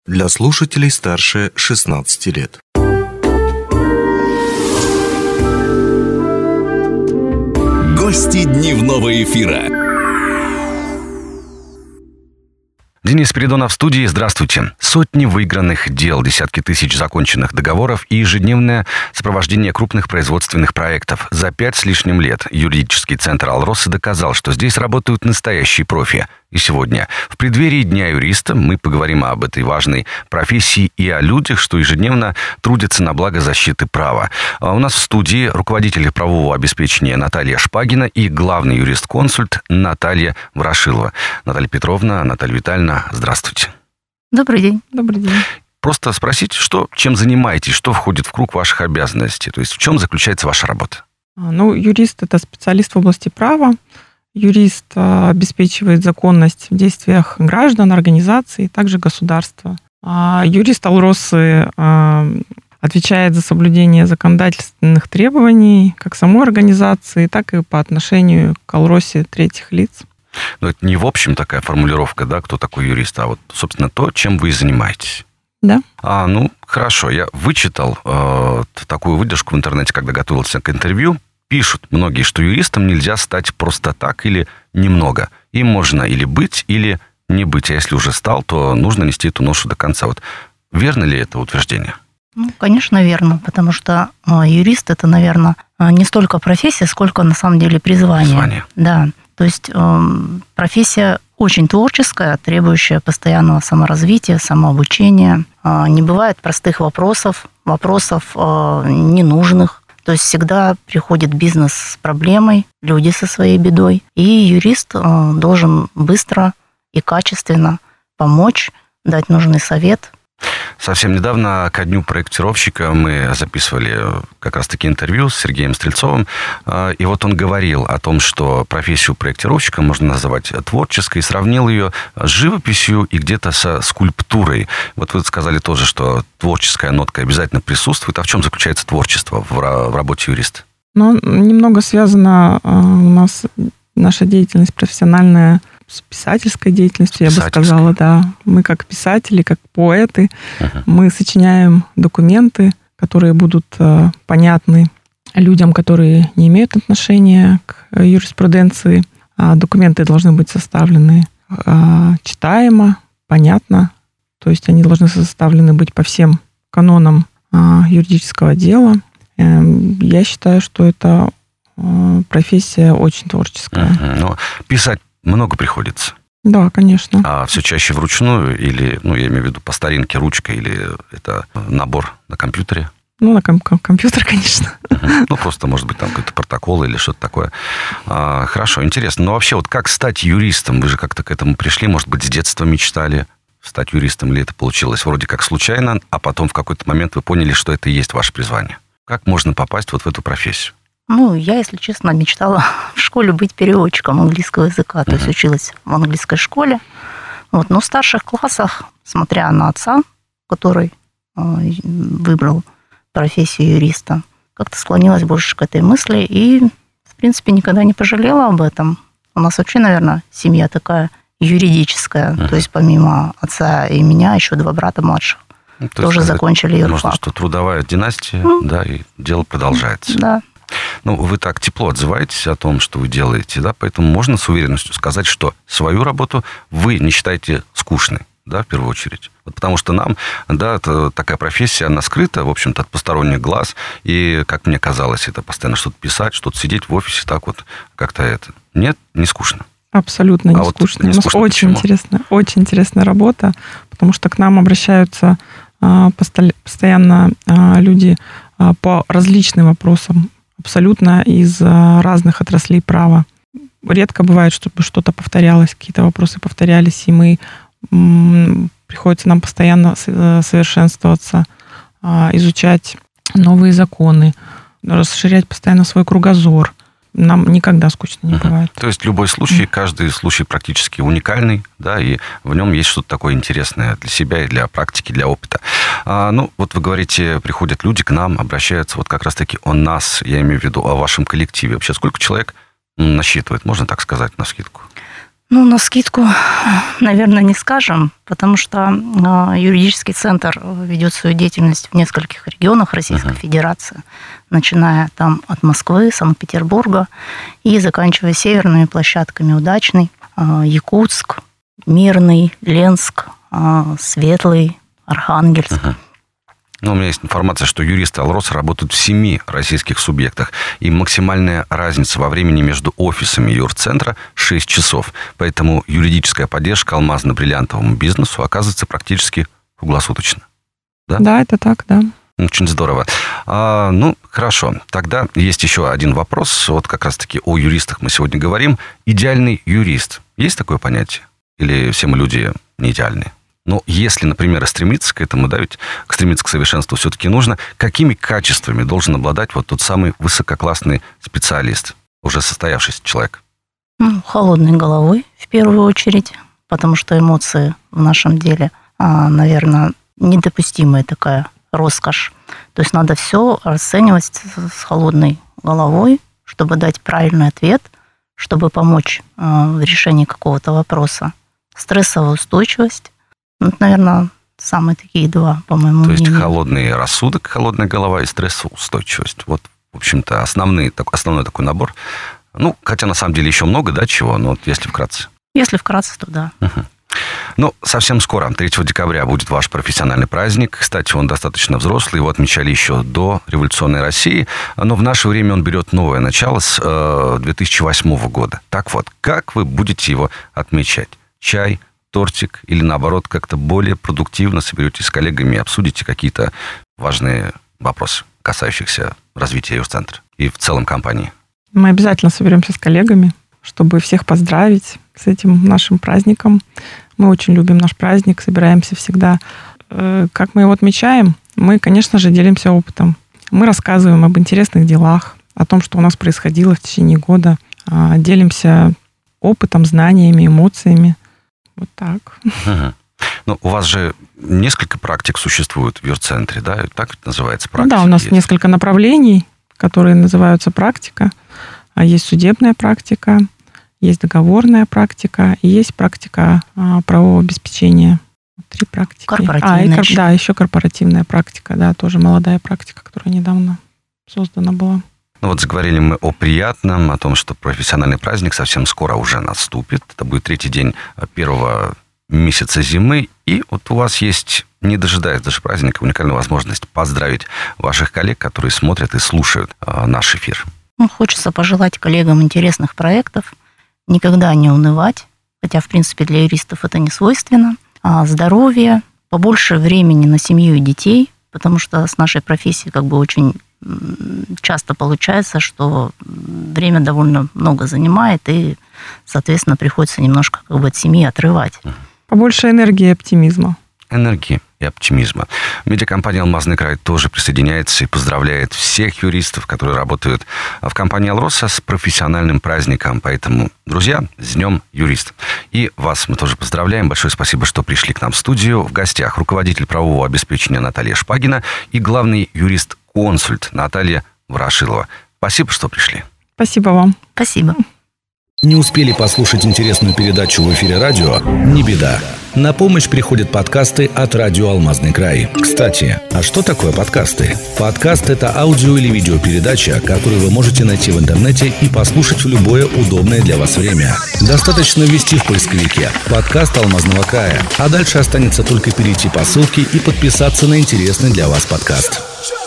Для слушателей старше 16 лет. Гости дневного эфира. Денис Спиридонов в студии. Здравствуйте. Сотни выигранных дел, десятки тысяч законченных договоров и ежедневное сопровождение крупных производственных проектов. За 5 с лишним лет юридический центр «Алроса» доказал, что здесь работают настоящие профи. И сегодня, в преддверии Дня юриста, мы поговорим об этой важной профессии и о людях, что ежедневно трудятся на благо защиты права. У нас в студии руководитель правового обеспечения Наталья Шпагина и главный юрист-консульт Наталья Ворошилова. Наталья Петровна, Наталья Витальевна, здравствуйте. Добрый день. Добрый день. Просто спросить, чем занимаетесь, что входит в круг ваших обязанностей, то есть в чем заключается ваша работа? Юрист – это специалист в области права. Юрист обеспечивает законность в действиях граждан, организаций, также государства. Юрист «Алросы» отвечает за соблюдение законодательных требований как самой организации, так и по отношению к «Алросе» третьих лиц. Но это не в общем такая формулировка, да, кто такой юрист, а вот, собственно, то, чем вы и занимаетесь. Да. Хорошо. Я вычитал такую выдержку в интернете, когда готовился к интервью. Пишут многие, что юристом нельзя стать просто так или немного. Им можно или быть, или не быть. А если уже стал, то нужно нести эту ношу до конца. Вот верно ли это утверждение? Конечно, верно, потому что юрист – это, наверное, не столько профессия, сколько, на самом деле, призвание. Да, то есть профессия очень творческая, требующая постоянного саморазвития, самообучения. Не бывает простых вопросов ненужных. То есть всегда приходит бизнес с проблемой, люди со своей бедой. И юрист должен быстро и качественно помочь, дать нужный совет. Совсем недавно ко дню проектировщика мы записывали как раз-таки интервью с Сергеем Стрельцовым. И вот он говорил о том, что профессию проектировщика можно называть творческой, сравнил ее с живописью и где-то со скульптурой. Вот вы сказали тоже, что творческая нотка обязательно присутствует. А в чем заключается творчество в работе юриста? Немного связано у нас наша деятельность профессиональная с писательской деятельностью, я бы сказала, да. Мы как писатели, как поэты, мы сочиняем документы, которые будут понятны людям, которые не имеют отношения к юриспруденции. Документы должны быть составлены читаемо, понятно. То есть они должны составлены быть по всем канонам юридического дела. Я считаю, что это профессия очень творческая. Но писать много приходится? Да, конечно. А все чаще вручную или, я имею в виду по старинке, ручка, или это набор на компьютере? На компьютер, конечно. Просто, может быть, там какой-то протокол или что-то такое. Хорошо, интересно. Но вообще, вот как стать юристом? Вы же как-то к этому пришли, может быть, с детства мечтали стать юристом, или это получилось вроде как случайно, а потом в какой-то момент вы поняли, что это и есть ваше призвание? Как можно попасть вот в эту профессию? Я, если честно, мечтала в школе быть переводчиком английского языка. То есть училась в английской школе. Но в старших классах, смотря на отца, который выбрал профессию юриста, как-то склонилась больше к этой мысли и, в принципе, никогда не пожалела об этом. У нас вообще, наверное, семья такая юридическая. То есть помимо отца и меня еще 2 брата младших тоже закончили юрфак. Можно, что трудовая династия, да, и дело продолжается. Да. Вы так тепло отзываетесь о том, что вы делаете, да, поэтому можно с уверенностью сказать, что свою работу вы не считаете скучной, да, в первую очередь. Потому что нам, да, это такая профессия, она скрыта, в общем-то, от посторонних глаз, и, как мне казалось, это постоянно что-то писать, что-то сидеть в офисе, так вот, как-то это. Нет, не скучно. Абсолютно не скучно. У нас очень интересная работа, потому что к нам обращаются постоянно люди по различным вопросам, абсолютно из разных отраслей права. Редко бывает, чтобы что-то повторялось, какие-то вопросы повторялись, и приходится нам постоянно совершенствоваться, изучать новые законы, расширять постоянно свой кругозор. Нам никогда скучно не бывает. То есть любой случай, каждый случай практически уникальный, да, и в нем есть что-то такое интересное для себя и для практики, для опыта. Вот вы говорите, приходят люди к нам, обращаются вот как раз-таки о нас, я имею в виду о вашем коллективе. Вообще сколько человек насчитывает, можно так сказать, навскидку? Навскидку, наверное, не скажем, потому что юридический центр ведет свою деятельность в нескольких регионах Российской Федерации, начиная там от Москвы, Санкт-Петербурга и заканчивая северными площадками Удачный, Якутск, Мирный, Ленск, Светлый, Архангельск. У меня есть информация, что юристы Алроса работают в 7 российских субъектах, и максимальная разница во времени между офисами юрцентра 6 часов. Поэтому юридическая поддержка алмазно-бриллиантовому бизнесу оказывается практически круглосуточно. Да? Да, это так, да. Очень здорово. Хорошо. Тогда есть еще один вопрос. Вот как раз-таки о юристах мы сегодня говорим. Идеальный юрист. Есть такое понятие? Или все мы люди не идеальные? Но если, например, стремиться к этому, да, ведь стремиться к совершенству все-таки нужно, какими качествами должен обладать вот тот самый высококлассный специалист, уже состоявшийся человек? Холодной головой, в первую очередь, потому что эмоции в нашем деле, наверное, недопустимая такая роскошь. То есть надо все расценивать с холодной головой, чтобы дать правильный ответ, чтобы помочь в решении какого-то вопроса. Стрессовая устойчивость. Наверное, самые такие два, по моему мнению. То есть холодный рассудок, холодная голова и стрессоустойчивость. Вот, в общем-то, основной такой набор. Хотя на самом деле еще много, да, чего, но вот если вкратце. Если вкратце, то да. Совсем скоро, 3 декабря, будет ваш профессиональный праздник. Кстати, он достаточно взрослый, его отмечали еще до революционной России, но в наше время он берет новое начало с 2008 года. Так вот, как вы будете его отмечать? Чай, тортик или, наоборот, как-то более продуктивно соберетесь с коллегами и обсудите какие-то важные вопросы, касающихся развития юрцентра и в целом компании? Мы обязательно соберемся с коллегами, чтобы всех поздравить с этим нашим праздником. Мы очень любим наш праздник, собираемся всегда. Как мы его отмечаем? Мы, конечно же, делимся опытом. Мы рассказываем об интересных делах, о том, что у нас происходило в течение года. Делимся опытом, знаниями, эмоциями. Вот так. У вас же несколько практик существует в юрцентре, да? Так это называется практика? Да, у нас несколько направлений, которые называются практика. Есть судебная практика, есть договорная практика и есть практика правового обеспечения. 3 практики. Корпоративная. Еще корпоративная практика, да, тоже молодая практика, которая недавно создана была. Заговорили мы о приятном, о том, что профессиональный праздник совсем скоро уже наступит. Это будет 3-й день первого месяца зимы. И вот у вас есть, не дожидаясь даже праздника, уникальная возможность поздравить ваших коллег, которые смотрят и слушают наш эфир. Хочется пожелать коллегам интересных проектов, никогда не унывать, хотя, в принципе, для юристов это не свойственно. Здоровья, побольше времени на семью и детей, потому что с нашей профессией очень часто получается, что время довольно много занимает, и, соответственно, приходится немножко от семьи отрывать. Побольше энергии и оптимизма. Энергии и оптимизма. Медиакомпания «Алмазный край» тоже присоединяется и поздравляет всех юристов, которые работают в компании «Алроса» с профессиональным праздником. Поэтому, друзья, с Днем юриста. И вас мы тоже поздравляем. Большое спасибо, что пришли к нам в студию. В гостях руководитель правового обеспечения Наталья Шпагина и главный юрист-консульт Наталья Ворошилова. Спасибо, что пришли. Спасибо вам. Спасибо. Не успели послушать интересную передачу в эфире радио? Не беда. На помощь приходят подкасты от радио «Алмазный край». Кстати, а что такое подкасты? Подкаст – это аудио- или видеопередача, которую вы можете найти в интернете и послушать в любое удобное для вас время. Достаточно ввести в поисковике «Подкаст Алмазного края», а дальше останется только перейти по ссылке и подписаться на интересный для вас подкаст.